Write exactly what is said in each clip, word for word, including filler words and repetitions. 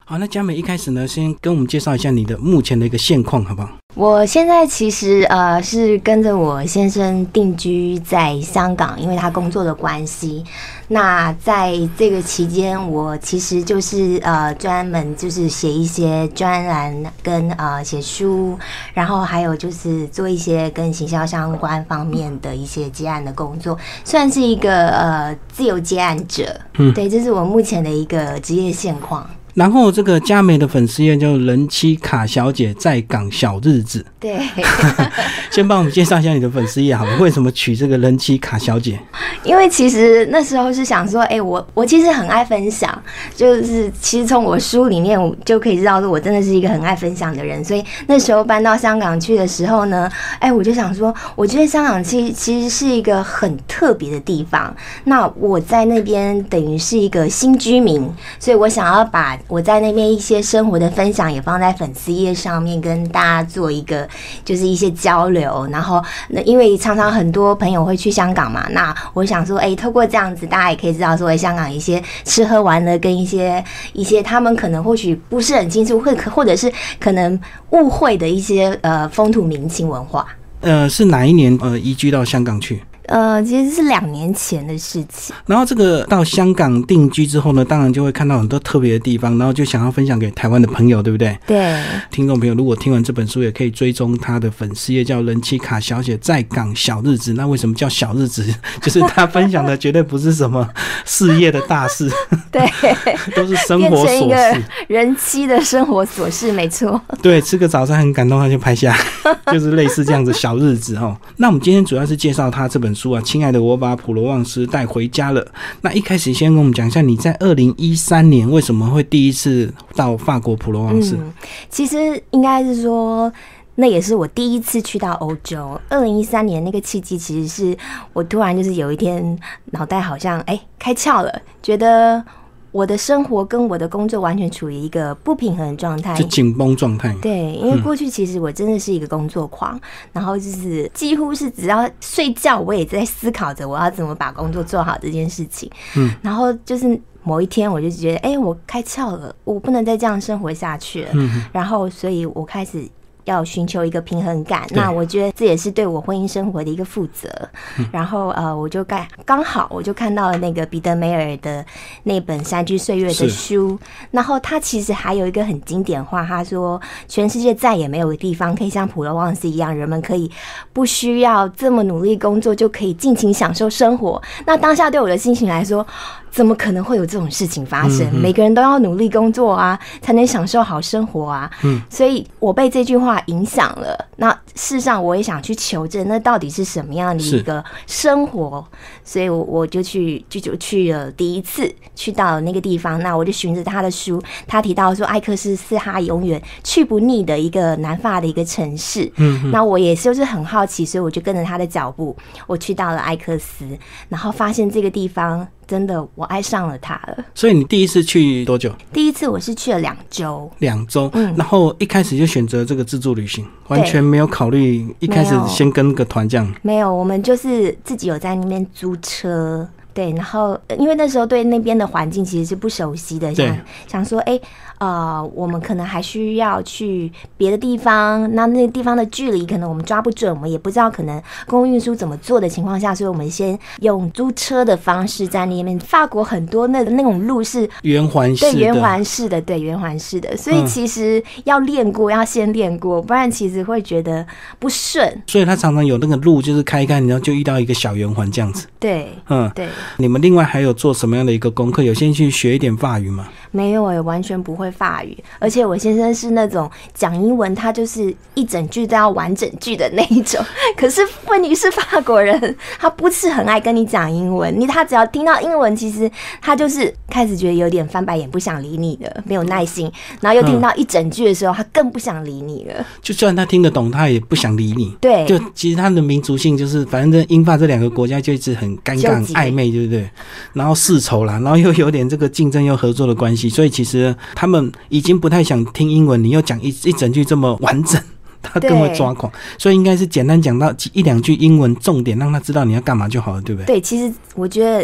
好，那佳美一开始呢，先跟我们介绍一下你的目前的一个现况，好不好？ 我现在其实呃是跟着我先生定居在香港，因为他工作的关系。那在这个期间，我其实就是呃专门就是写一些专栏跟呃写书，然后还有就是做一些跟行销相关方面的一些接案的工作，算是一个呃自由接案者。嗯，对，这是我目前的一个职业现况。 然后这个佳美的粉丝页叫人妻卡小姐在港小日子。 对， 先帮我们介绍一下你的粉丝页好了，为什么取这个人妻卡小姐？ 因为其实那时候是想说，哎、欸，我我其实很爱分享，就是其实从我书里面我就可以知道说我真的是一个很爱分享的人，所以那时候搬到香港去的时候呢，哎、欸，我就想说，我觉得香港其其实是一个很特别的地方，那我在那边等于是一个新居民，所以我想要把我在那边一些生活的分享也放在粉丝页上面，跟大家做一个就是一些交流。然后因为常常很多朋友会去香港嘛，那我想说，哎、欸，透过这样子，大家也可以知道说，香港一些吃喝玩乐跟一些一些他们可能或许不是很清楚，或或者是可能误会的一些呃风土民情文化。 呃，是哪一年呃移居到香港去？ 呃，其实是两年前的事情。 然后这个到香港定居之后呢，当然就会看到很多特别的地方，然后就想要分享给台湾的朋友，对不对？ 对。 听众朋友，如果听完这本书，也可以追踪他的粉丝页，叫人妻卡小姐在港小日子。那为什么叫小日子？就是他分享的绝对不是什么事业的大事， 对， 都是生活琐事，变成一个人妻的生活琐事，没错。 对，吃个早餐很感动，他就拍下，就是类似这样子小日子哦。那我们今天主要是介绍他这本书。书啊，亲爱的，我把普罗旺斯带回家了。那一开始先跟我们讲一下，你在二零一三年为什么会第一次到法国普罗旺斯？ 嗯，其实应该是说，那也是我第一次去到欧洲。二零一三年那个契机，其实是我突然就是有一天脑袋好像哎、欸、开窍了，觉得我的生活跟我的工作完全处于一个不平衡的状态， 就紧绷状态。 对，因为过去其实我真的是一个工作狂，嗯、然后就是几乎是只要睡觉，我也在思考着我要怎么把工作做好这件事情。嗯，然后就是某一天我就觉得，哎、欸，我开窍了，我不能再这样生活下去了。嗯，然后所以我开始要寻求一个平衡感，那我觉得这也是对我婚姻生活的一个负责。嗯、然后呃，我就刚刚好我就看到了那个彼得梅尔的那本《山居岁月》的书，然后他其实还有一个很经典话，他说全世界再也没有地方可以像普罗旺斯一样，人们可以不需要这么努力工作就可以尽情享受生活。那当下对我的心情来说，怎么可能会有这种事情发生？嗯、每个人都要努力工作啊，才能享受好生活啊。嗯，所以我被这句话影响了。那事实上，我也想去求证，那到底是什么样的一个生活？所以我我就去就就去了第一次，去到了那个地方。那我就循着他的书，他提到说，艾克斯是他永远去不腻的一个南法的一个城市。嗯，那我也就是很好奇，所以我就跟着他的脚步，我去到了艾克斯，然后发现这个地方。真的，我爱上了他了。 所以你第一次去多久？ 第一次我是去了两周。 两周，嗯，然后一开始就选择这个自助旅行，完全没有考虑一开始先跟个团这样。 没有，我们就是自己有在那边租车。对，然后因为那时候对那边的环境其实是不熟悉的，想想说，哎、欸，呃，我们可能还需要去别的地方，那那个地方的距离可能我们抓不准，我们也不知道可能公共运输怎么做的情况下，所以我们先用租车的方式在那边。法国很多那那种路是圆环式的， 对，圆环式的，对，圆环式的，所以其实要练过，嗯、要先练过，不然其实会觉得不顺。 所以他常常有那个路就是开一开，然后就遇到一个小圆环这样子。 对，嗯，对。 你们另外还有做什么样的一个功课？有先去学一点法语吗？ 没有，我完全不会法语，而且我先生是那种讲英文，他就是一整句都要完整句的那一种。可是问题是法国人他不是很爱跟你讲英文，你他只要听到英文，其实他就是开始觉得有点翻白眼，不想理你了，没有耐心。然后又听到一整句的时候，他更不想理你了。 就算他听得懂，他也不想理你。 对， 就其实他的民族性就是，反正英法这两个国家就一直很尴尬、暧昧，对不对？然后世仇啦，然后又有点这个竞争又合作的关系，所以其实他们已经不太想听英文，你又讲一一整句这么完整，他更会抓狂。所以应该是简单讲到一两句英文重点，让他知道你要干嘛就好了，对不对？ 对，其实我觉得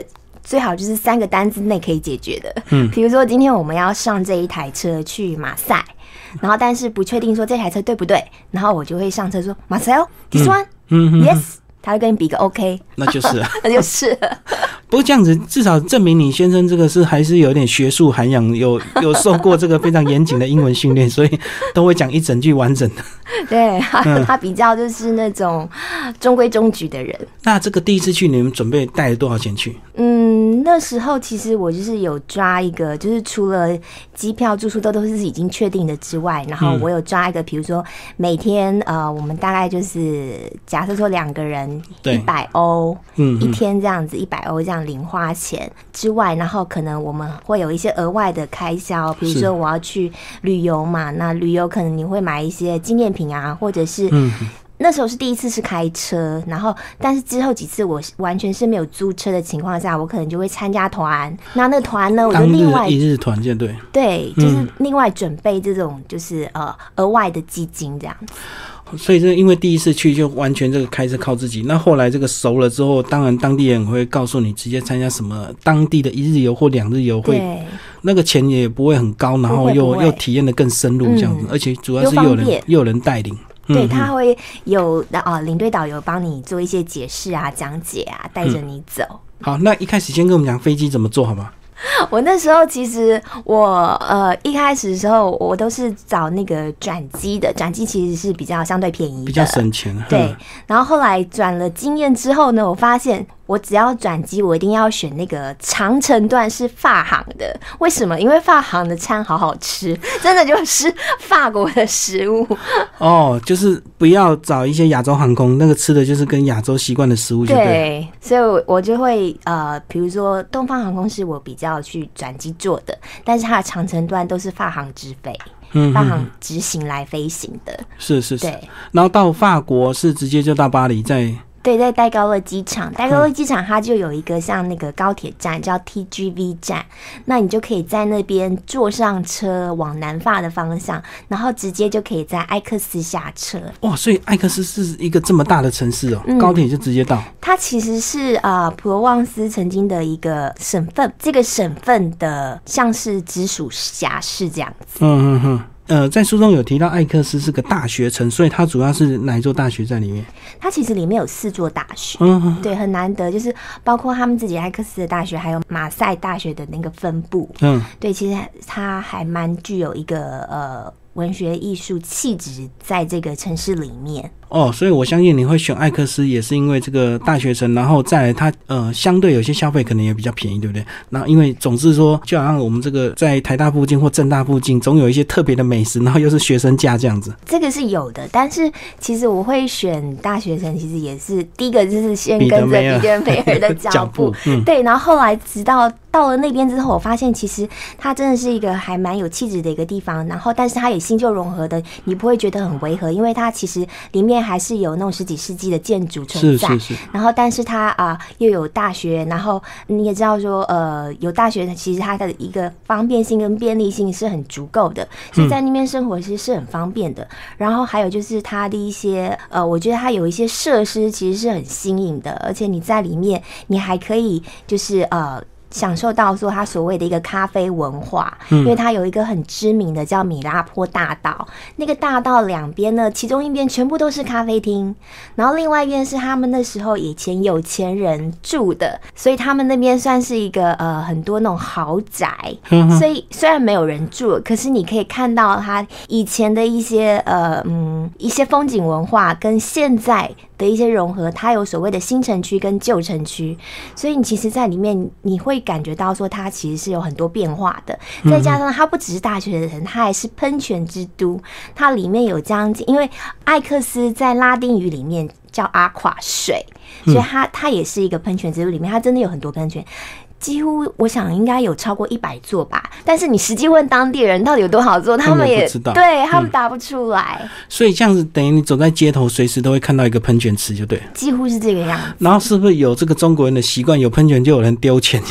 最好就是三个单字内可以解决的。 嗯， 比如说今天我们要上这一台车去马赛，然后但是不确定说这台车对不对，然后我就会上车说马赛哦 ，this one， 嗯嗯 yes， 他会跟你比个 OK， 那就是了那就是了。 不过这样子至少证明你先生这个是还是有点学术涵养，有有受过这个非常严谨的英文训练，所以都会讲一整句完整的。 对，他、嗯、他比较就是那种中规中矩的人。 那这个第一次去，你们准备带了多少钱去？ 嗯，那时候其实我就是有抓一个，就是除了机票、住宿都都是已经确定的之外，然后我有抓一个，比如说每天呃，我们大概就是假设说两个人一百欧，嗯，一天这样子一百欧这样零花钱之外，然后可能我们会有一些额外的开销，比如说我要去旅游嘛，那旅游可能你会买一些纪念品啊，或者是嗯。那时候是第一次是开车，然后但是之后几次我完全是没有租车的情况下，我可能就会参加团。那那个团呢，我就另外一日团就对对，就是另外准备这种就是呃额外的基金这样子。 所以这因为第一次去就完全这个开车靠自己，那后来这个熟了之后，当然当地人会告诉你直接参加什么当地的一日游或两日游，会那个钱也不会很高，然后又又体验的更深入这样子，嗯、而且主要是又有人又有人带领。 对，他会有啊领队导游帮你做一些解释啊、讲解啊，带着你走、嗯。 好，那一开始先跟我们讲飞机怎么做好吗？ 我那时候其实我呃一开始的时候我都是找那个转机的，转机其实是比较相对便宜的， 比较省钱。 对，然后后来转了经验之后呢，我发现我只要转机，我一定要选那个长程段是法航的。为什么？因为法航的餐好好吃，真的就是法国的食物。 哦，就是不要找一些亚洲航空，那个吃的就是跟亚洲习惯的食物就对。 对，所以我我就会呃，比如说东方航空是我比较去转机做的，但是它的长程段都是法航直飞。嗯，法航直行来飞行的。 是是是。对，然后到法国是直接就到巴黎，在。 对，在戴高乐机场，戴高乐机场它就有一个像那个高铁站叫 T G V 站，那你就可以在那边坐上车往南法的方向，然后直接就可以在艾克斯下车。 哇，所以艾克斯是一个这么大的城市哦，嗯、高铁就直接到。 它其实是啊、呃、普罗旺斯曾经的一个省份，这个省份的像是直属辖市这样子。 嗯嗯嗯。呃，在书中有提到艾克斯是个大学城，所以它主要是哪一座大学在里面？ 它其实里面有四座大学，嗯，对，很难得，就是包括他们自己艾克斯的大学，还有马赛大学的那个分部，嗯，对，其实它还蛮具有一个呃文学艺术气质在这个城市里面。 哦，所以我相信你会选艾克斯也是因为这个大学城，然后再来它呃相对有些消费可能也比较便宜，对不对？然后因为总是说就好像我们这个在台大附近或政大附近总有一些特别的美食，然后又是学生价这样子。 这个是有的，但是其实我会选大学城，其实也是第一个就是先跟着彼得梅尔的脚步，嗯、对，然后后来直到到了那边之后，我发现其实它真的是一个还蛮有气质的一个地方，然后但是它也新旧融合的，你不会觉得很违和，因为它其实里面还是有那种十几世纪的建筑存在，是是是，然后但是它啊、呃、又有大学，然后你也知道说呃有大学，其实它的一个方便性跟便利性是很足够的，所以在那边生活其实是很方便的。嗯、然后还有就是它的一些呃，我觉得它有一些设施其实是很新颖的，而且你在里面你还可以就是呃。享受到说它所谓的一个咖啡文化，因为它有一个很知名的叫米拉坡大道，那个大道两边呢，其中一边全部都是咖啡厅，然后另外一边是他们那时候以前有钱人住的，所以他们那边算是一个呃很多那种豪宅，所以虽然没有人住，可是你可以看到它以前的一些呃嗯一些风景文化跟现在的一些融合，它有所谓的新城区跟旧城区，所以你其实在里面你会感觉到说它其实是有很多变化的，再加上它不只是大学城，它还是喷泉之都，它里面有将近，因为艾克斯在拉丁语里面叫阿垮水，所以它它也是一个喷泉之都，里面它真的有很多喷泉。几乎我想应该有超过一百座吧，但是你实际问当地人到底有多少座，他们也对他们答不出来、嗯。所以这样子等于你走在街头，随时都会看到一个喷泉池，就对， 几乎是这个样子。 然后是不是有这个中国人的习惯，有喷泉就有人丢钱这样子？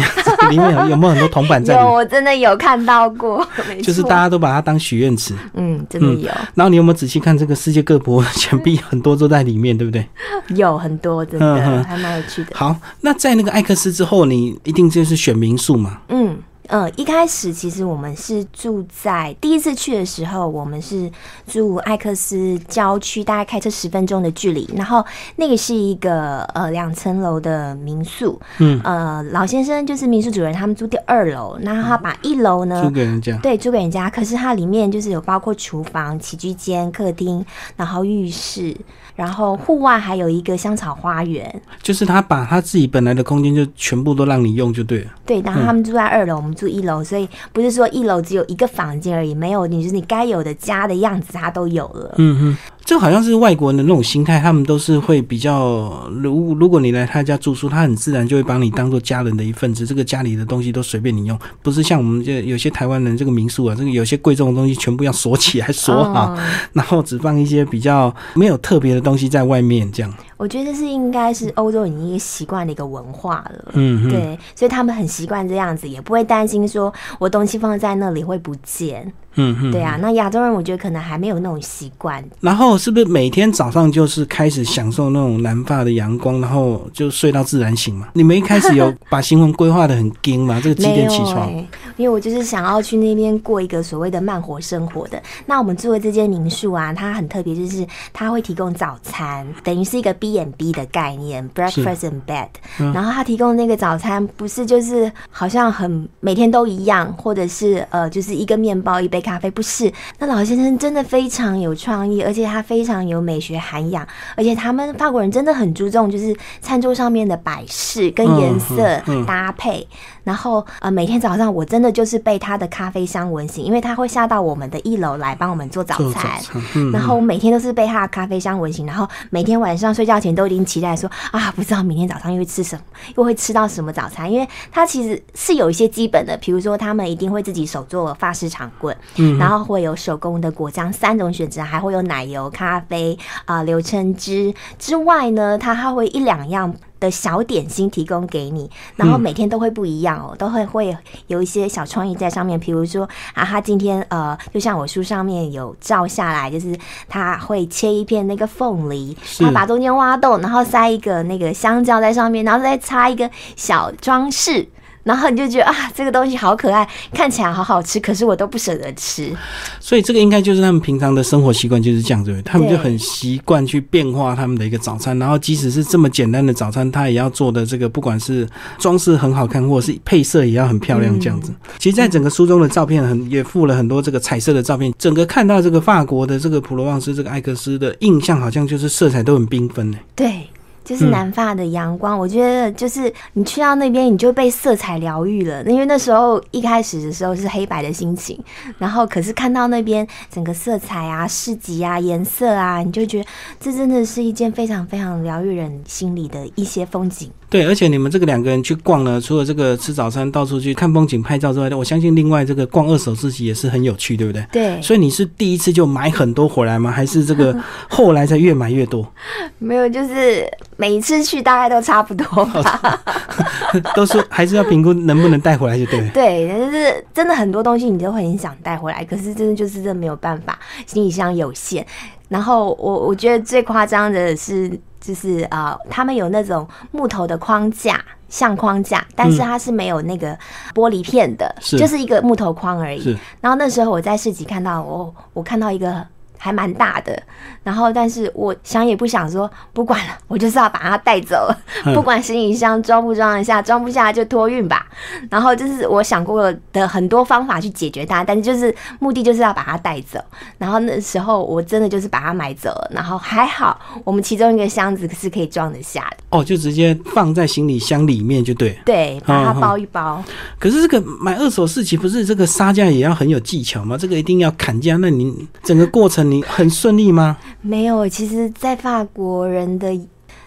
里面有有没有很多铜板在里面？ 有，我真的有看到过，没错， 就是大家都把它当许愿池。 嗯，真的有、嗯。 然后你有没有仔细看这个世界各国钱币，很多都在里面，对不对？ 有很多，真的、嗯、还蛮有趣的。 好，那在那个艾克斯之后，你一定就是选民宿嘛？ 嗯。呃，一开始其实我们是住在第一次去的时候，我们是住艾克斯郊区，大概开车十分钟的距离。然后那个是一个呃两层楼的民宿，嗯，呃，老先生就是民宿主人，他们住第二楼，然后他把一楼呢租给人家， 对，租给人家。可是它里面就是有包括厨房、起居间、客厅，然后浴室。然后户外还有一个香草花园， 就是他把他自己本来的空间就全部都让你用就对了。 对，然后他们住在二楼、嗯、我们住一楼，所以不是说一楼只有一个房间而已，没有，你就是你该有的家的样子它都有了。 嗯哼，这好像是外国人的那种心态，他们都是会比较，如如果你来他家住宿，他很自然就会把你当做家人的一份子，这个家里的东西都随便你用，不是像我们这有些台湾人这个民宿啊，这个有些贵重的东西全部要锁起来锁好、哦，然后只放一些比较没有特别的东西在外面这样。 我觉得是应该是欧洲已经一个习惯的一个文化了，嗯，对，所以他们很习惯这样子，也不会担心说我东西放在那里会不见。嗯嗯，对啊，那亚洲人我觉得可能还没有那种习惯。 然后是不是每天早上就是开始享受那种南法的阳光，然后就睡到自然醒嘛？你们一开始有把行程规划的很紧吗？这个几点起床？ 没有欸，因为我就是想要去那边过一个所谓的慢活生活的。那我们住的这间民宿啊，它很特别，就是它会提供早餐，等于是一个 B and B 的概念 ，breakfast and bed、嗯。然后它提供那个早餐不是就是好像很每天都一样，或者是呃就是一个面包一杯咖啡，不是。那老先生真的非常有创意，而且他非常有美学涵养，而且他们法国人真的很注重就是餐桌上面的摆饰跟颜色搭配。嗯嗯嗯，然后呃每天早上我真的就是被他的咖啡香闻醒，因为他会下到我们的一楼来帮我们做早餐，早餐嗯嗯，然后我每天都是被他的咖啡香闻醒，然后每天晚上睡觉前都已经期待说啊，不知道明天早上又会吃什么，又会吃到什么早餐，因为他其实是有一些基本的，比如说他们一定会自己手做法式长棍，嗯，然后会有手工的果酱三种选择，还会有奶油、咖啡啊、呃、柳橙汁之外呢，他还会一两样的小点心提供给你，然后每天都会不一样哦，嗯、都会会有一些小创意在上面。比如说啊，他今天呃，就像我书上面有照下来，就是他会切一片那个凤梨，他把中间挖洞，然后塞一个那个香蕉在上面，然后再插一个小装饰。然后你就觉得啊，这个东西好可爱，看起来好好吃，可是我都不舍得吃。 所以这个应该就是他们平常的生活习惯就是这样子，他们就很习惯去变化他们的一个早餐，然后即使是这么简单的早餐，他也要做的这个不管是装饰很好看，或者是配色也要很漂亮这样子。嗯、其实在整个书中的照片很也附了很多这个彩色的照片，整个看到这个法国的这个普罗旺斯这个艾克斯的印象，好像就是色彩都很缤纷呢。 对。就是南法的阳光、嗯、我觉得就是你去到那边你就被色彩疗愈了，因为那时候一开始的时候是黑白的心情，然后可是看到那边整个色彩啊、市集啊、颜色啊，你就觉得这真的是一件非常非常疗愈人心里的一些风景。 对，而且你们这个两个人去逛呢，除了这个吃早餐到处去看风景拍照之外，我相信另外这个逛二手市集也是很有趣，对不对？对。所以你是第一次就买很多回来吗？还是这个后来才越买越多？ 没有，就是每一次去大概都差不多吧。 都是还是要评估能不能带回来就对了。 对，但是真的很多东西你都会很想带回来，可是真的就是真的没有办法，行李箱有限。然后我我觉得最夸张的是，就是呃，他们有那种木头的框架，相框架，但是它是没有那个玻璃片的，嗯、就是一个木头框而已。然后那时候我在市集看到，我我看到一个还蛮大的，然后但是我想也不想说，不管了，我就是要把它带走，不管行李箱装不装得下，装不下就托运吧。然后就是我想过的很多方法去解决它，但是就是目的就是要把它带走。然后那时候我真的就是把它买走了，然后还好我们其中一个箱子是可以装得下的。 哦，就直接放在行李箱里面就对。 对，把它包一包。嗯、 可是这个买二手市集不是这个杀价也要很有技巧吗？这个一定要砍价，那你整个过程你很顺利吗？ 没有，其实在法国人的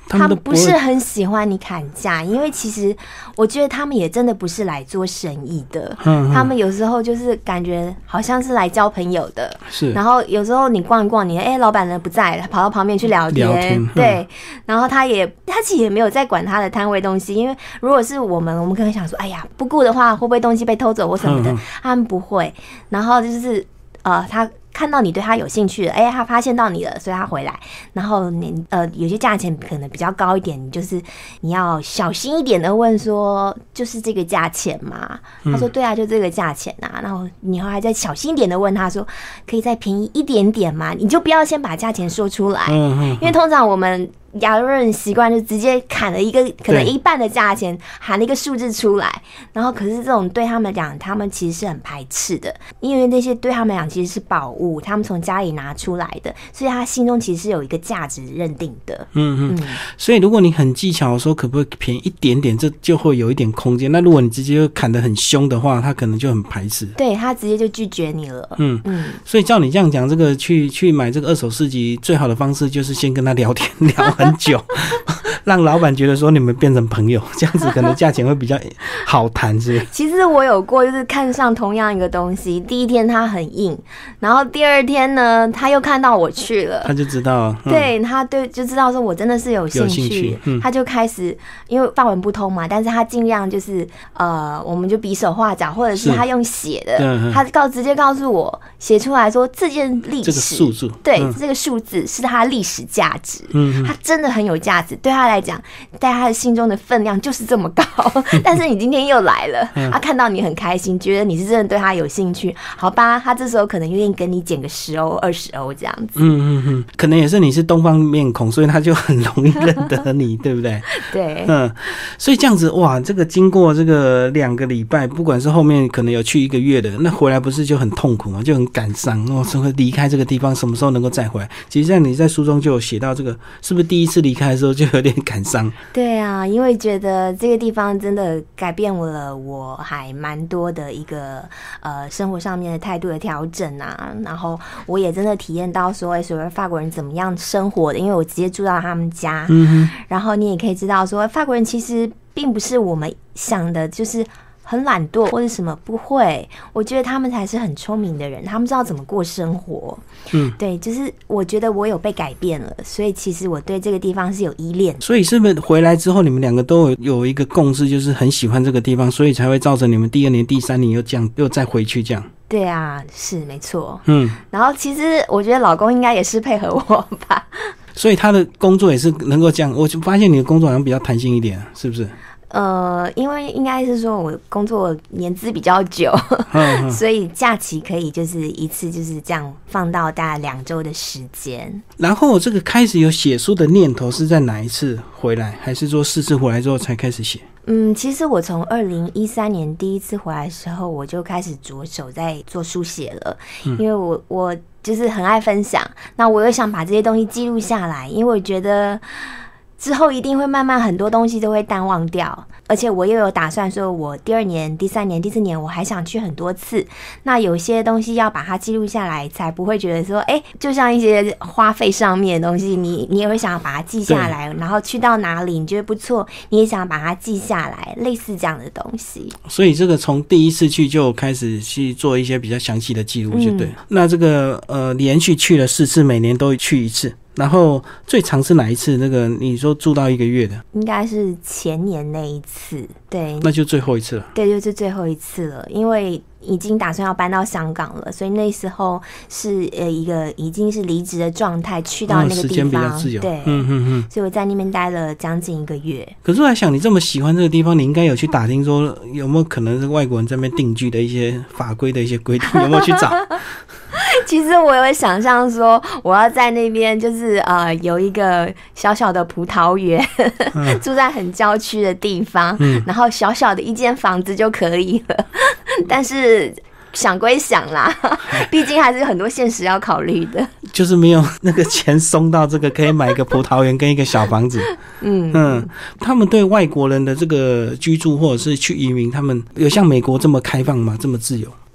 他们都不是很喜欢你砍价，因为其实我觉得他们也真的不是来做生意的，嗯嗯，他们有时候就是感觉好像是来交朋友的， 是。 然后有时候你逛一逛，你哎、欸，老板人不在，跑到旁边去聊天， 聊天对，然后他也他其实也没有在管他的摊位东西，因为如果是我们，我们可能想说，哎呀，不顾的话会不会东西被偷走或什么的，嗯嗯，他们不会。然后就是呃，他看到你对他有兴趣了，哎、欸，他发现到你了，所以他回来。然后你呃，有些价钱可能比较高一点，你就是你要小心一点的问说，就是这个价钱吗？他说对啊，就这个价钱啊。然后你还再小心一点的问他说，可以再便宜一点点吗？你就不要先把价钱说出来，因为通常我们亚洲人习惯就直接砍了一个可能一半的价钱，喊了一个数字出来，然后可是这种对他们讲，他们其实是很排斥的，因为那些对他们讲其实是宝物，他们从家里拿出来的，所以他心中其实是有一个价值认定的。 嗯嗯，所以如果你很技巧的说可不可以便宜一点点，这就会有一点空间。那如果你直接砍得很凶的话，他可能就很排斥， 对，他直接就拒绝你了。嗯嗯， 所以照你这样讲，这个去去买这个二手市集最好的方式就是先跟他聊天聊很久让老板觉得说你们变成朋友，这样子可能价钱会比较好谈，是不是？ 其实我有过，就是看上同样一个东西，第一天它很硬，然后第二天呢，他又看到我去了， 他就知道， 嗯、对，他对就知道说我真的是有兴趣， 有兴趣嗯、 他就开始，因为法文不通嘛，但是他尽量就是呃，我们就比手画脚，或者是他用写的，嗯、他告直接告诉我写出来说这件历史， 这个数字， 对， 嗯、 这个数字是他历史价值，嗯，他真的很有价值，对他来讲，在他的心中的分量就是这么高。但是你今天又来了，他、啊、看到你很开心，觉得你是真的对他有兴趣，好吧？他这时候可能愿意跟你减个十欧、二十欧这样子。 嗯嗯嗯，可能也是你是东方面孔，所以他就很容易认得你，对不对？ 对， 嗯，所以这样子哇，这个经过这个两个礼拜，不管是后面可能有去一个月的，那回来不是就很痛苦吗？就很感伤哦，怎么离开这个地方，什么时候能够再回来？其实像你在书中就有写到这个，是不是第一次离开的时候就有点感伤？ 对啊，因为觉得这个地方真的改变了我还蛮多的一个呃生活上面的态度的调整啊，然后我也真的体验到说，哎，所谓法国人怎么样生活的，因为我直接住到他们家，嗯，然后你也可以知道说，法国人其实并不是我们想的，就是很懒惰或者什么，不会，我觉得他们才是很聪明的人，他们知道怎么过生活。嗯，对，就是我觉得我有被改变了，所以其实我对这个地方是有依恋。 所以是不是回来之后你们两个都有有一个共识，就是很喜欢这个地方，所以才会造成你们第二年第三年又这样又再回去这样？ 对啊，是没错。嗯，然后其实我觉得老公应该也是配合我吧，所以他的工作也是能够这样。我就发现你的工作好像比较弹性一点，是不是？ 呃，因为应该是说我工作年资比较久，所以假期可以就是一次就是这样放到大概两周的时间。 然后这个开始有写书的念头是在哪一次回来，还是说四次回来之后才开始写？ 嗯，其实我从二零一三年第一次回来的时候，我就开始着手在做书写了，嗯、因为我我就是很爱分享，那我又想把这些东西记录下来，因为我觉得之后一定会慢慢很多东西都会淡忘掉，而且我又有打算说我第二年第三年第四年我还想去很多次，那有些东西要把它记录下来，才不会觉得说哎、欸，就像一些花费上面的东西，你你也会想要把它记下来，然后去到哪里你觉得不错，你也想把它记下来，类似这样的东西。 所以这个从第一次去就开始去做一些比较详细的记录就对、嗯、那这个呃连续去了四次，每年都去一次，然后最长是哪一次？那个你说住到一个月的，应该是前年那一次，对， 那就最后一次了。 对，就是最后一次了，因为已经打算要搬到香港了，所以那时候是呃一个已经是离职的状态，去到那个地方，嗯、时间比较自由，对，嗯嗯嗯，所以我在那边待了将近一个月。 可是我在想，你这么喜欢这个地方，你应该有去打听说有没有可能是外国人在那边定居的一些法规的一些规定，有没有去找？ 其实我有想象说，我要在那边就是呃有一个小小的葡萄园，嗯、住在很郊区的地方，嗯、然后小小的一间房子就可以了。但是想归想啦，毕竟还是有很多现实要考虑的， 就是没有那个钱松到这个可以买一个葡萄园跟一个小房子。嗯嗯，他们对外国人的这个居住或者是去移民，他们有像美国这么开放吗？这么自由？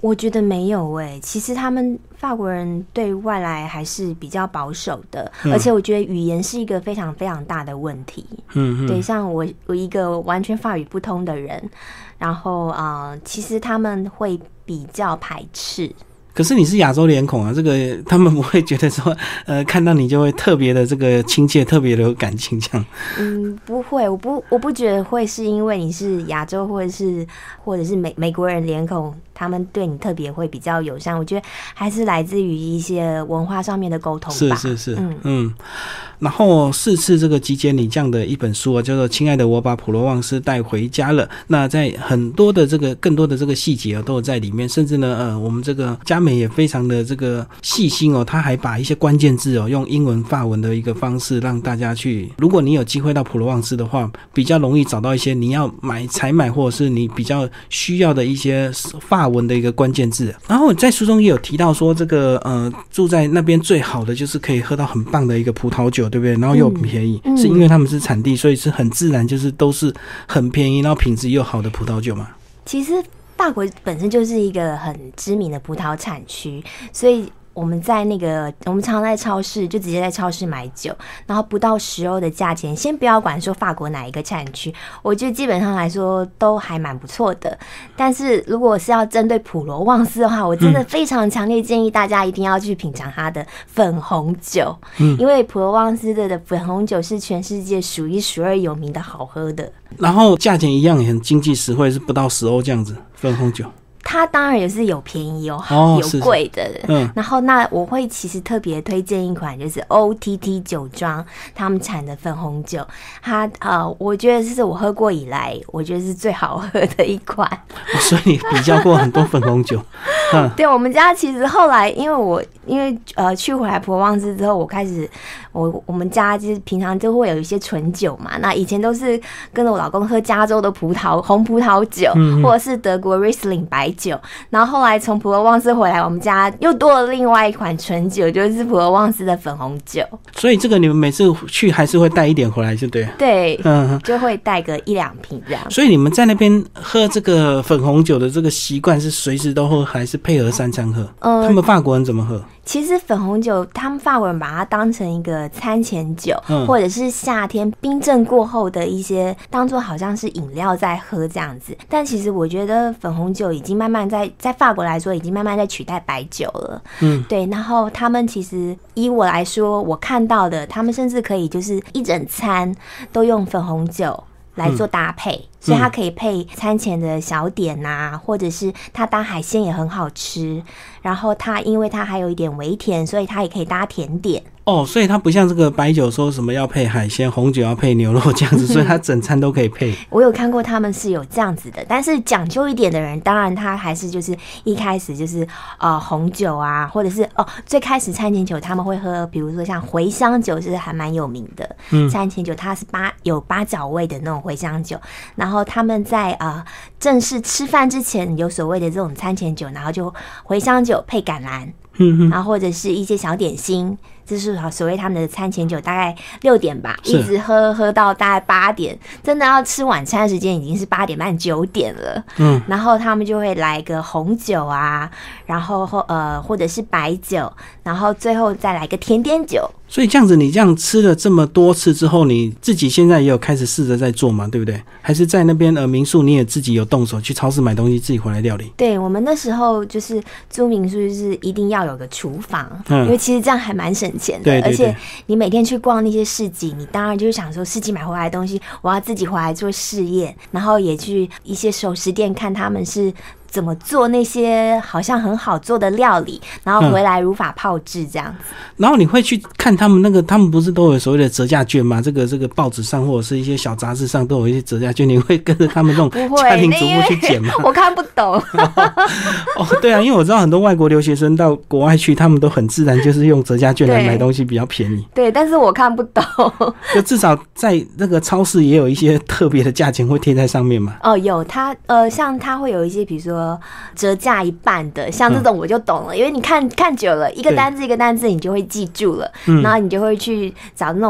我觉得没有诶、欸，其实他们法国人对外来还是比较保守的，嗯、而且我觉得语言是一个非常非常大的问题。嗯，对，像我我一个完全法语不通的人，然后啊、呃，其实他们会比较排斥。 可是你是亚洲脸孔啊，这个他们不会觉得说，呃，看到你就会特别的这个亲切，特别的有感情这样。 嗯，不会，我不我不觉得会是因为你是亚洲或者是或者是美美国人脸孔，他们对你特别会比较友善。我觉得还是来自于一些文化上面的沟通吧。 是是是，嗯嗯。然后四次这个集结你这样的一本书啊，叫做《亲爱的，我把普罗旺斯带回家了》。那在很多的这个更多的这个细节、啊、都有在里面，甚至呢，呃，我们这个嘉美也非常的这个细心哦，他还把一些关键字哦，用英文、法文的一个方式让大家去，如果你有机会到普罗旺斯的话，比较容易找到一些你要买、采买或者是你比较需要的一些法文的一个关键字。然后在书中也有提到说，这个呃住在那边最好的就是可以喝到很棒的一个葡萄酒，对不对？然后又很便宜，嗯嗯、是因为他们是产地，所以是很自然，就是都是很便宜，然后品质又好的葡萄酒嘛。 其实法国本身就是一个很知名的葡萄产区，所以我们在那个我们常常在超市就直接在超市买酒，然后不到十欧的价钱，先不要管说法国哪一个产区，我觉得基本上来说都还蛮不错的。但是如果是要针对普罗旺斯的话，我真的非常强烈建议大家一定要去品尝它的粉红酒，嗯、因为普罗旺斯的粉红酒是全世界数一数二有名的好喝的， 然后价钱一样也很经济实惠，是不到十欧这样子粉红酒。 它当然也是有便宜有好、哦、有贵的，嗯，然后那我会其实特别推荐一款就是 O T T 酒庄他们产的粉红酒，它呃，我觉得是我喝过以来我觉得是最好喝的一款。 哦、所以你比较过很多粉红酒，嗯， 对，我们家其实后来因为我因为呃去回来普罗旺斯之后，我开始我我们家就是平常就会有一些纯酒嘛，那以前都是跟着我老公喝加州的葡萄红葡萄酒，嗯、或者是德国 Riesling 白酒。酒，然后后来从普罗旺斯回来，我们家又多了另外一款纯酒，就是普罗旺斯的粉红酒。 所以这个你们每次去还是会带一点回来，就对。 对，嗯，就会带个一两瓶这样。 所以你们在那边喝这个粉红酒的这个习惯是随时都喝，还是配合三餐喝？嗯，他们法国人怎么喝？ 其实粉红酒，他们法国人把它当成一个餐前酒，嗯、或者是夏天冰镇过后的一些，当作好像是饮料在喝这样子。但其实我觉得粉红酒已经慢慢在在法国来说，已经慢慢在取代白酒了。嗯，对。然后他们其实以我来说，我看到的，他们甚至可以就是一整餐都用粉红酒来做搭配。嗯，所以它可以配餐前的小点啊，或者是它当海鲜也很好吃。然后它因为它还有一点微甜，所以它也可以搭甜点。 哦，所以它不像这个白酒说什么要配海鲜，红酒要配牛肉这样子，所以它整餐都可以配。 我有看过他们是有这样子的，但是讲究一点的人，当然他还是就是一开始就是呃红酒啊，或者是哦最开始餐前酒他们会喝，比如说像茴香酒是还蛮有名的。嗯，餐前酒它是八有八角味的那种茴香酒，然后他们在呃正式吃饭之前有所谓的这种餐前酒，然后就茴香酒配橄榄。嗯，然后或者是一些小点心，这是所谓他们的餐前酒，大概六点吧，一直喝喝到大概八点，真的要吃晚餐的时间已经是八点半九点了。嗯，然后他们就会来个红酒啊，然后呃或者是白酒，然后最后再来个甜点酒。 所以这样子，你这样吃了这么多次之后，你自己现在也有开始试着在做嘛，对不对？还是在那边呃民宿，你也自己有动手去超市买东西，自己回来料理？ 对，我们那时候就是租民宿，就是一定要有个厨房，嗯、因为其实这样还蛮省钱的。对对对，而且你每天去逛那些市集，你当然就是想说市集买回来的东西，我要自己回来做试验，然后也去一些熟食店看他们是怎么做那些好像很好做的料理，然后回来如法炮制这样子。嗯、 然后你会去看他们那个，他们不是都有所谓的折价券吗？这个这个报纸上或者是一些小杂志上都有一些折价券，你会跟着他们这种家庭主妇去捡吗？ 我看不懂。 哦，对啊，因为我知道很多外国留学生到国外去，他们都很自然就是用折价券来买东西比较便宜。 对，但是我看不懂。 就至少在那个超市也有一些特别的价钱会贴在上面嘛。 哦，有，它呃，像它会有一些，比如说。折价一半的，像这种我就懂了，嗯、因为你看看久了，一个单字一个单字，你就会记住了，嗯、然后你就会去找那种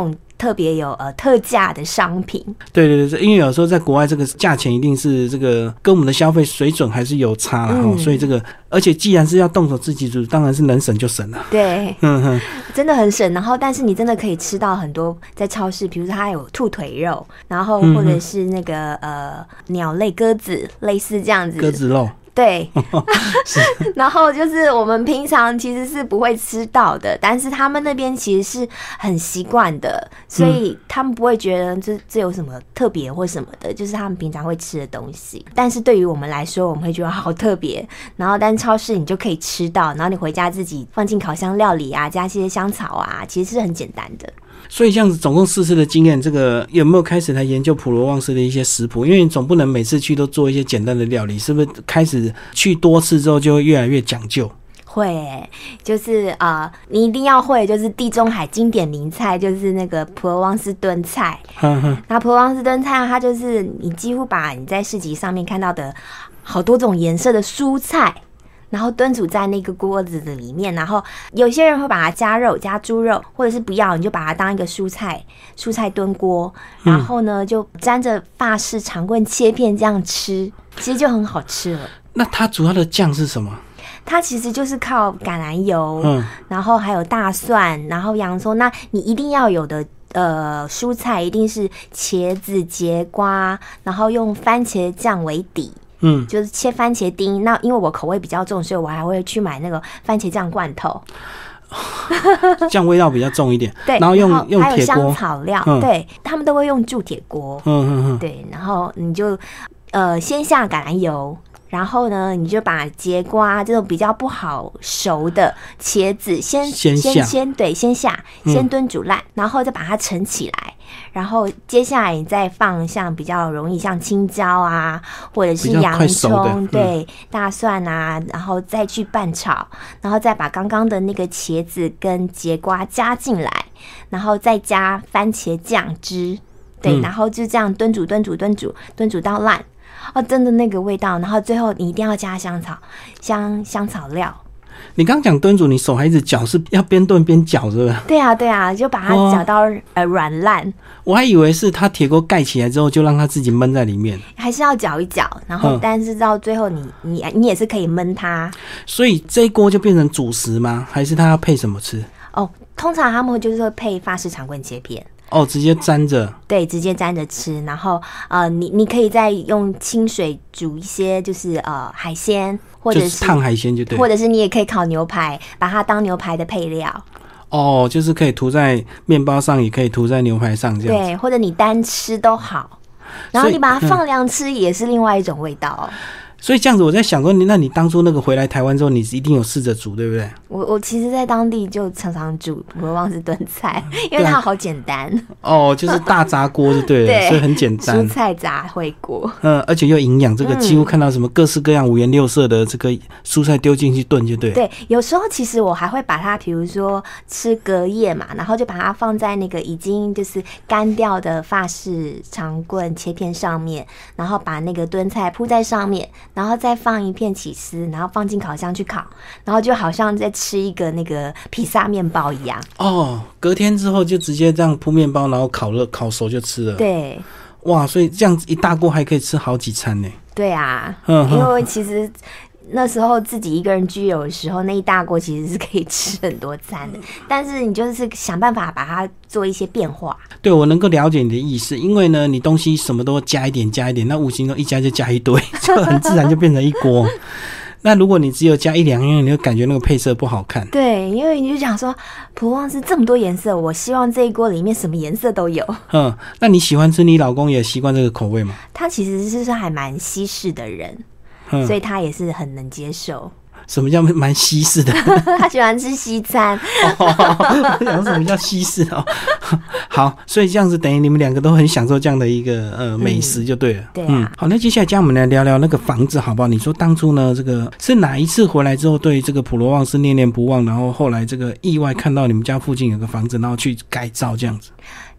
特别有呃特价的商品。 对对对，因为有时候在国外这个价钱一定是这个跟我们的消费水准还是有差啦、嗯、所以这个而且既然是要动手自己煮，当然是能省就省了。 对，嗯哼，真的很省。然后但是你真的可以吃到很多在超市，比如说它有兔腿肉，然后或者是那个、嗯、呃鸟类鸽子，类似这样子鸽子肉。 对然后就是我们平常其实是不会吃到的，但是他们那边其实是很习惯的，所以他们不会觉得这这有什么特别或什么的，就是他们平常会吃的东西。但是对于我们来说，我们会觉得好特别，然后但是超市你就可以吃到，然后你回家自己放进烤箱料理啊，加些香草啊，其实是很简单的。 所以这样子总共四次的经验，这个有没有开始来研究普罗旺斯的一些食谱？因为你总不能每次去都做一些简单的料理，是不是开始去多次之后就会越来越讲究？ 会、欸，就是呃，你一定要会，就是地中海经典名菜，就是那个普罗旺斯炖菜。那普罗旺斯炖菜，它就是你几乎把你在市集上面看到的好多种颜色的蔬菜，然后炖煮在那个锅子的里面，然后有些人会把它加肉，加猪肉，或者是不要，你就把它当一个蔬菜蔬菜炖锅，然后呢就沾着法式长棍切片这样吃，其实就很好吃了。 那它主要的酱是什么？ 它其实就是靠橄榄油，嗯，然后还有大蒜，然后洋葱。那你一定要有的呃蔬菜一定是茄子、节瓜，然后用番茄酱为底。嗯，就是切番茄丁。那因为我口味比较重，所以我还会去买那个番茄酱罐头， 这样味道比较重一点。 对， 然后用然后用铁锅， 还有香草料，嗯、对他们都会用铸铁锅。 嗯嗯嗯， 对，然后你就呃先下橄榄油。然后呢，你就把节瓜这种比较不好熟的茄子先先先先对先下先炖煮烂，嗯、然后再把它盛起来。然后接下来你再放像比较容易像青椒啊，或者是洋葱，对、嗯、大蒜啊，然后再去拌炒，然后再把刚刚的那个茄子跟节瓜加进来，然后再加番茄酱汁，对，嗯、然后就这样炖煮炖煮炖煮炖煮到烂。哦，真的那个味道，然后最后你一定要加香草香香草料。 你刚刚讲炖煮，你手还一直搅，是要边炖边搅是不是？ 对啊对啊，就把它搅到呃软烂。 我还以为是它铁锅盖起来之后就让它自己焖在里面， 还是要搅一搅，然后但是到最后你你你也是可以焖它。 所以这一锅就变成主食吗？还是它要配什么吃？ 哦，通常他们就是会配法式长棍切片。 哦，直接沾着， 对，直接沾着吃。然后呃，你你可以再用清水煮一些，就是呃海鲜，或者是烫、就是、海鲜就对， 或者是你也可以烤牛排，把它当牛排的配料。 哦，就是可以涂在面包上，也可以涂在牛排上这样子。 对，或者你单吃都好。然后你把它放凉吃，也是另外一种味道哦。 所以这样子，我在想说，那你当初那个回来台湾之后，你一定有试着煮，对不对？ 我我其实，在当地就常常煮普罗旺斯炖菜，因为它好简单。 哦，就是大杂锅就对了，对，所以很简单。 蔬菜杂烩锅， 嗯，而且又营养，这个几乎看到什么各式各样、五颜六色的这个蔬菜丢进去炖就对了。 对，有时候其实我还会把它，比如说吃隔夜嘛，然后就把它放在那个已经就是干掉的法式长棍切片上面，然后把那个炖菜铺在上面。然后再放一片起司，然后放进烤箱去烤，然后就好像在吃一个那个披萨面包一样。哦， 隔天之后就直接这样铺面包，然后烤了烤熟就吃了。 对， 哇，所以这样子一大锅还可以吃好几餐呢。 对啊，因为其实那时候自己一个人居有的时候，那一大锅其实是可以吃很多餐的，但是你就是想办法把它做一些变化。 对，我能够了解你的意思，因为呢，你东西什么都加一点加一点，那无形中一加就加一堆，就很自然就变成一锅。那如果你只有加一两样，你就感觉那个配色不好看。 对，因为你就想说普罗旺斯这么多颜色，我希望这一锅里面什么颜色都有。 嗯，那你喜欢吃，你老公也习惯这个口味吗？ 他其实是还蛮西式的人，嗯、所以他也是很能接受。 什么叫蛮西式的？ 他喜欢吃西餐。 哦，讲什么叫西式哦？好，所以这样子等于你们两个都很享受这样的一个呃美食就对了。嗯、 对、啊， 嗯，好，那接下来将我们来聊聊那个房子好不好？你说当初呢，这个是哪一次回来之后对这个普罗旺斯念念不忘，然后后来这个意外看到你们家附近有个房子，然后去改造这样子？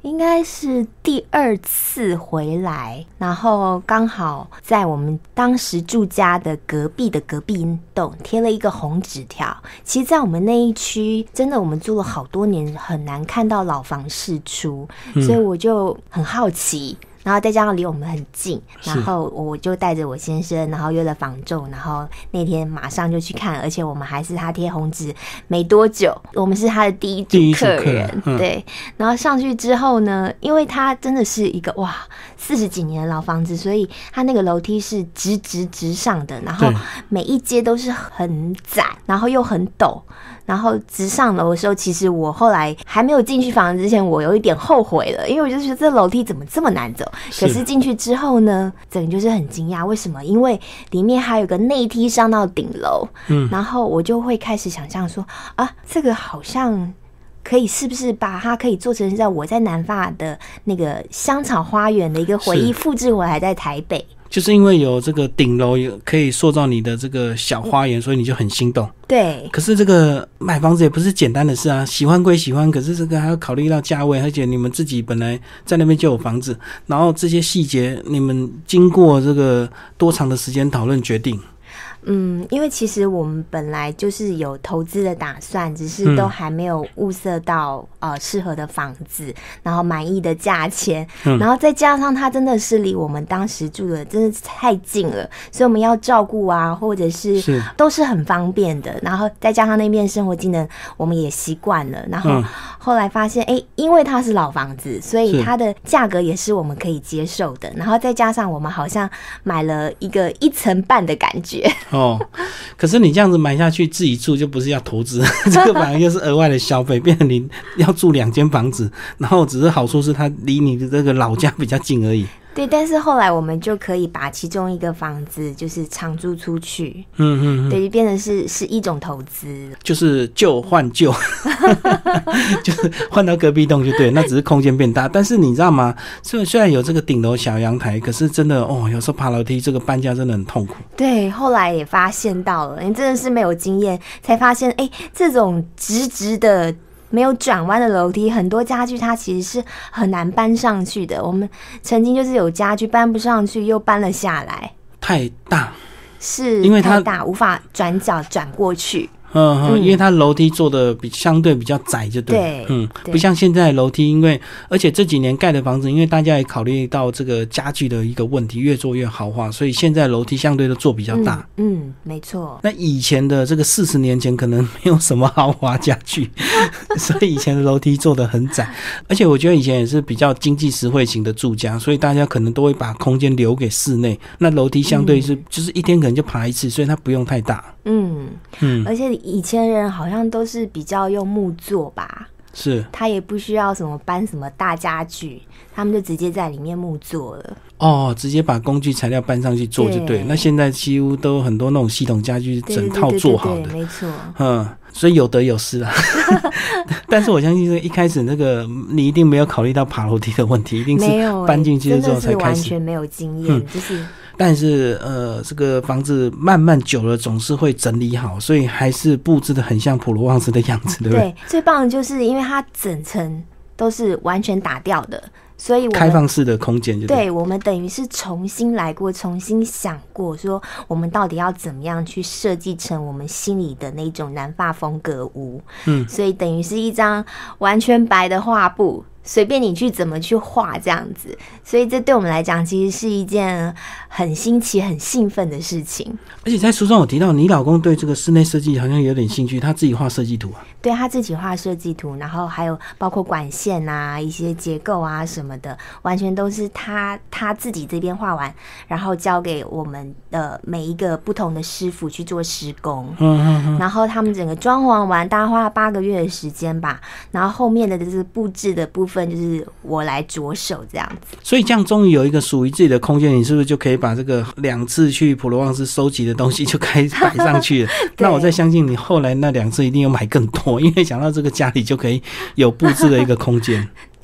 应该是第二次回来，然后刚好在我们当时住家的隔壁的隔壁栋贴了一个红纸条。其实在我们那一区真的我们住了好多年，很难看到老房释出，所以我就很好奇，然后再加上离我们很近，然后我就带着我先生，然后约了房仲，然后那天马上就去看，而且我们还是他贴红纸没多久，我们是他的第一组客人，客嗯、对。然后上去之后呢，因为他真的是一个哇四十几年的老房子，所以他那个楼梯是直直直上的，然后每一阶都是很窄，然后又很陡。然后直上楼的时候，其实我后来还没有进去房子之前，我有一点后悔了，因为我就觉得这楼梯怎么这么难走。可是进去之后呢，整个就是很惊讶，为什么？因为里面还有个内梯上到顶楼，嗯，然后我就会开始想象说，啊，这个好像可以是不是把它可以做成在我在南法的那个香草花园的一个回忆复制回来在台北。 就是因为有这个顶楼可以塑造你的这个小花园，所以你就很心动。 对， 可是这个买房子也不是简单的事啊，喜欢归喜欢，可是这个还要考虑到价位，而且你们自己本来在那边就有房子，然后这些细节你们经过这个多长的时间讨论决定？ 嗯，因为其实我们本来就是有投资的打算，只是都还没有物色到、嗯、呃适合的房子，然后满意的价钱、嗯，然后再加上它真的是离我们当时住的真的太近了，所以我们要照顾啊，或者是都是很方便的。然后再加上那边生活技能我们也习惯了，然后后来发现，哎、欸，因为它是老房子，所以它的价格也是我们可以接受的。然后再加上我们好像买了一个一层半的感觉。 哦，可是你这样子买下去自己住就不是要投资，这个反而就是额外的消费，变成你要住两间房子，然后只是好处是它离你的这个老家比较近而已。 对，但是后来我们就可以把其中一个房子就是长租出去， 嗯嗯嗯， 对，就变成是是一种投资， 就是旧换旧，就是换到隔壁栋就对，那只是空间变大。但是你知道吗？虽虽然有这个顶楼小阳台，可是真的哦，有时候爬楼梯这个搬家真的很痛苦。 对，后来也发现到了，你真的是没有经验，才发现哎，这种直直的。没有转弯的楼梯，很多家具它其实是很难搬上去的。我们曾经就是有家具搬不上去，又搬了下来， 太大， 是因为太大，无法转角转过去。 嗯嗯，因为它楼梯做的比相对比较窄，就对， 对， 嗯，不像现在楼梯，因为而且这几年盖的房子，因为大家也考虑到这个家具的一个问题，越做越豪华，所以现在楼梯相对都做比较大。 嗯，嗯没错。 那以前的这个四十年前可能没有什么豪华家具，所以以前的楼梯做的很窄，而且我觉得以前也是比较经济实惠型的住家，所以大家可能都会把空间留给室内，那楼梯相对是、嗯、就是一天可能就爬一次，所以它不用太大。 嗯嗯，而且以前人好像都是比较用木做吧， 是， 他也不需要什么搬什么大家具，他们就直接在里面木做了。 哦，直接把工具材料搬上去做就 对, 对。那现在几乎都很多那种系统家具整套做好的， 对对对对对没错。 嗯，所以有得有失啦。但是我相信一开始那个你一定没有考虑到爬楼梯的问题，一定是搬进去之后才开始，真的是完全没有经验、嗯，就是。 但是呃，这个房子慢慢久了总是会整理好，所以还是布置的很像普罗旺斯的样子，对不对？ 对，最棒的就是因为它整层都是完全打掉的，所以我们开放式的空间就对， 对，我们等于是重新来过，重新想过，说我们到底要怎么样去设计成我们心里的那种南法风格屋。嗯，所以等于是一张完全白的画布。随便你去怎么去画这样子，所以这对我们来讲其实是一件很新奇很兴奋的事情。 而且在书中有提到你老公对这个室内设计好像有点兴趣，他自己画设计图啊。 对，他自己画设计图，然后还有包括管线啊一些结构啊什么的，完全都是他他自己这边画完，然后交给我们的每一个不同的师傅去做施工。嗯嗯嗯。然后他们整个装潢完大概花了八个月的时间吧，然后后面的就是布置的部分就是我来着手这样子。 所以这样终于有一个属于自己的空间，你是不是就可以把这个两次去普罗旺斯收集的东西就开始摆上去了？那我再相信你后来那两次一定有买更多，因为想到这个家里就可以有布置的一个空间。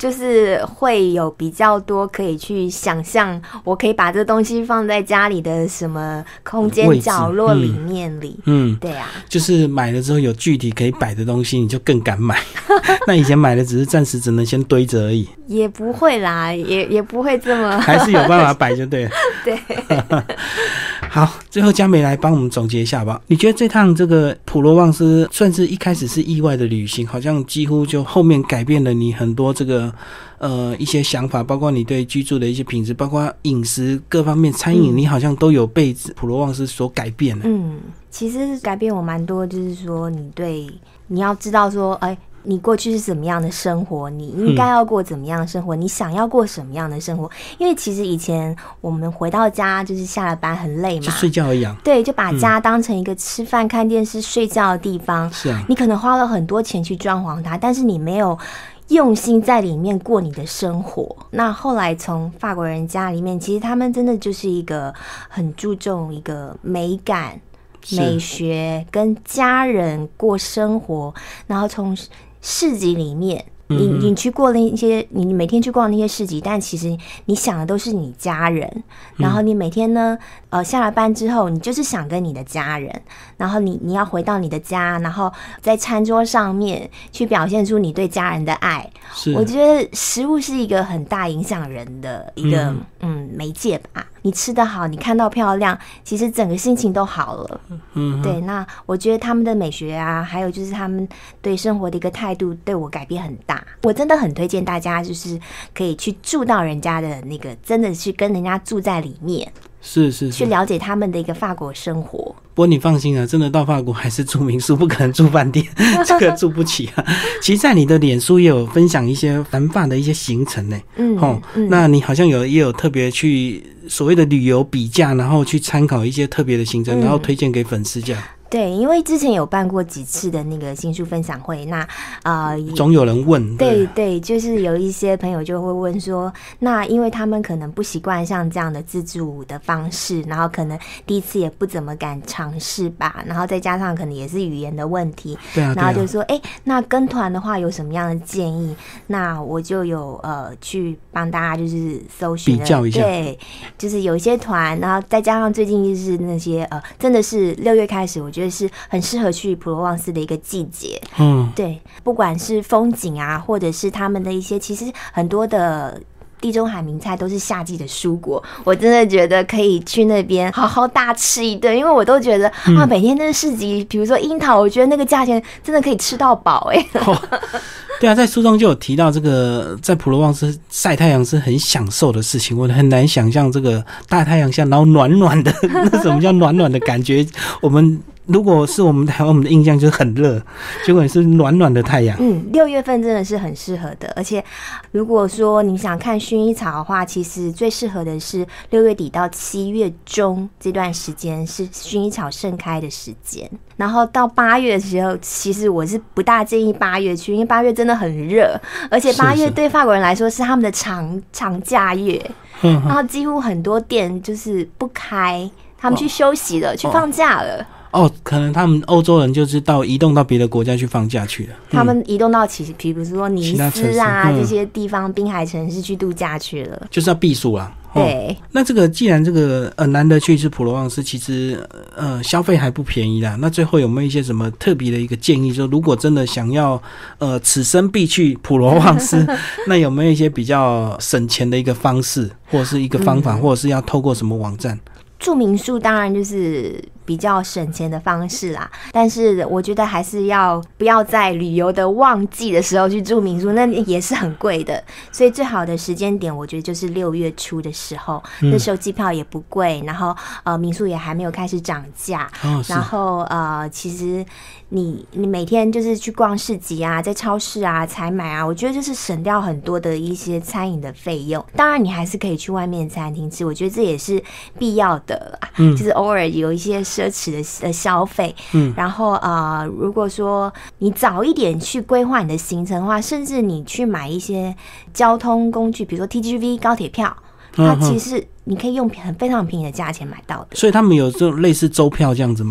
就是会有比较多可以去想象，我可以把这东西放在家里的什么空间角落里面里。嗯，对啊， 就是买了之后有具体可以摆的东西，你就更敢买。那以前买的只是暂时只能先堆着而已， 也不会啦，也也不会这么， 还是有办法摆就对了。 对。 好，最后佳美来帮我们总结一下吧。你觉得这趟这个普罗旺斯算是一开始是意外的旅行，好像几乎就后面改变了你很多这个呃一些想法，包括你对居住的一些品质，包括饮食各方面，餐饮、嗯、你好像都有被普罗旺斯所改变了。 嗯，其实改变我蛮多，就是说你对你要知道说，哎。你过去是怎么样的生活，你应该要过怎么样的生活、嗯、你想要过什么样的生活。因为其实以前我们回到家就是下了班很累嘛， 就睡觉而已、啊、 对，就把家当成一个吃饭、看电视、睡觉的地方。 是啊， 你可能花了很多钱去装潢它，但是你没有用心在里面过你的生活。那后来从法国人家里面，其实他们真的就是一个很注重一个美感、美学跟家人过生活，然后从市集里面，你你去过那些，你每天去逛那些市集，但其实你想的都是你家人。然后你每天呢，呃，下了班之后，你就是想跟你的家人，然后你你要回到你的家，然后在餐桌上面去表现出你对家人的爱。 是， 我觉得食物是一个很大影响人的一个 嗯, 嗯媒介吧。你吃得好，你看到漂亮，其实整个心情都好了。嗯，对。那我觉得他们的美学啊，还有就是他们对生活的一个态度，对我改变很大。我真的很推荐大家，就是可以去住到人家的那个，真的去跟人家住在里面。 是是是， 去了解他们的一个法国生活。 不过你放心啊，真的到法国还是住民宿，不可能住饭店，这个住不起啊。其实，在你的脸书也有分享一些南法的一些行程呢。嗯，哦，嗯，那你好像有也有特别去所谓的旅游比价，然后去参考一些特别的行程，然后推荐给粉丝这样。 对，因为之前有办过几次的那个新书分享会，那呃， 总有人问， 对 对, 对，就是有一些朋友就会问说，那因为他们可能不习惯像这样的自助的方式，然后可能第一次也不怎么敢尝试吧，然后再加上可能也是语言的问题， 对啊， 然后就说，哎、欸，那跟团的话有什么样的建议？那我就有呃去帮大家就是搜寻比较一下， 对，就是有一些团，然后再加上最近就是那些呃，真的是六月开始，我觉得。觉得是很适合去普罗旺斯的一个季节。嗯，对，不管是风景啊，或者是他们的一些，其实很多的地中海名菜都是夏季的蔬果，我真的觉得可以去那边好好大吃一顿，因为我都觉得、嗯、啊，每天那个市集，比如说樱桃，我觉得那个价钱真的可以吃到饱哎、欸。哦对啊，在书中就有提到这个，在普罗旺斯晒太阳是很享受的事情，我很难想象这个大太阳下，然后暖暖的，那什么叫暖暖的感觉？我们如果是我们台湾，我们的印象就是很热，结果也是暖暖的太阳。 嗯，六月份真的是很适合的，而且如果说你想看薰衣草的话，其实最适合的是六月底到七月中这段时间是薰衣草盛开的时间。然后到八月的时候，其实我是不大建议八月去，因为八月真的很热，而且八月对法国人来说是他们的长长假月，然后几乎很多店就是不开，他们去休息了，哦、去放假了。 哦，可能他们欧洲人就是到移动到别的国家去放假去了。嗯、 他们移动到其实，比如说尼斯啊、嗯、这些地方滨海城市去度假去了， 就是要避暑啦。 对、哦， 那这个既然这个呃难得去一次普罗旺斯，其实呃消费还不便宜啦。那最后有没有一些什么特别的一个建议？说如果真的想要呃此生必去普罗旺斯，那有没有一些比较省钱的一个方式，或者是一个方法，嗯、或者是要透过什么网站？ 住民宿当然就是比较省钱的方式啦，但是我觉得还是要不要在旅游的旺季的时候去住民宿，那也是很贵的。所以最好的时间点，我觉得就是六月初的时候，嗯、那时候机票也不贵，然后呃民宿也还没有开始涨价，哦、然后呃其实你你每天就是去逛市集啊，在超市啊采买啊，我觉得就是省掉很多的一些餐饮的费用。当然你还是可以去外面餐厅吃，我觉得这也是必要的。嗯，就是偶尔有一些奢侈的消费，嗯，然后呃，如果说你早一点去规划你的行程的话，甚至你去买一些交通工具，比如说 T G V 高铁票，它其实你可以用很非常便宜的价钱买到的。 所以他们有这种类似周票这样子吗？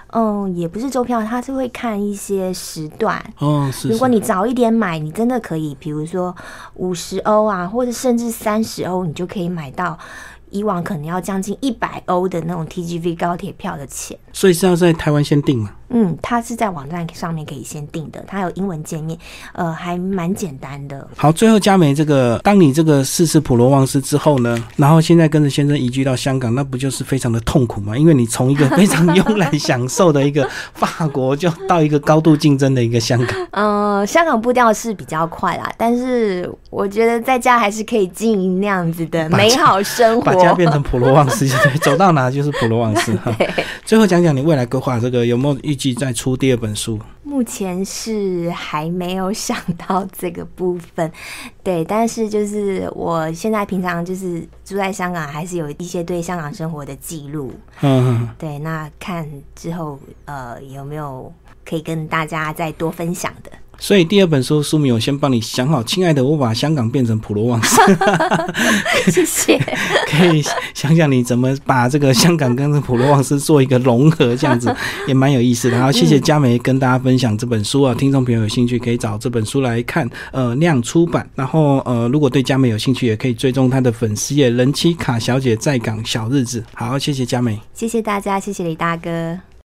嗯，也不是周票，他是会看一些时段。 哦，是是。 如果你早一点买，你真的可以，比如说五十欧啊，或者甚至三十欧，你就可以买到以往可能要将近一百欧的那种 T G V 高铁票的钱。 所以是要在台湾先订嘛？ 嗯，它是在网站上面可以先订的，它有英文界面，呃，还蛮简单的。 好，最后佳梅，这个当你这个试试普罗旺斯之后呢，然后现在跟着先生移居到香港，那不就是非常的痛苦吗？因为你从一个非常慵懒享受的一个法国，就到一个高度竞争的一个香港。 呃，香港步调是比较快啦，但是我觉得在家还是可以经营那样子的美好生活， 把家变成普罗旺斯，对，走到哪就是普罗旺斯。最后讲讲你未来规划，这个有没有预计再出第二本书？ 目前是还没有想到这个部分，对，但是就是我现在平常就是住在香港，还是有一些对香港生活的记录，嗯，对，那看之后呃有没有可以跟大家再多分享的。 所以第二本书书名我先帮你想好，亲爱的，我把香港变成普罗旺斯。 谢谢。 可以想想你怎么把这个香港跟普罗旺斯做一个融合，这样子也蛮有意思的。好，谢谢佳梅跟大家分享这本书啊，听众朋友有兴趣可以找这本书来看，呃，亮出版。然后呃，如果对佳梅有兴趣，也可以追踪她的粉丝页人妻卡小姐在港小日子。好，谢谢佳梅， 谢谢大家，谢谢李大哥。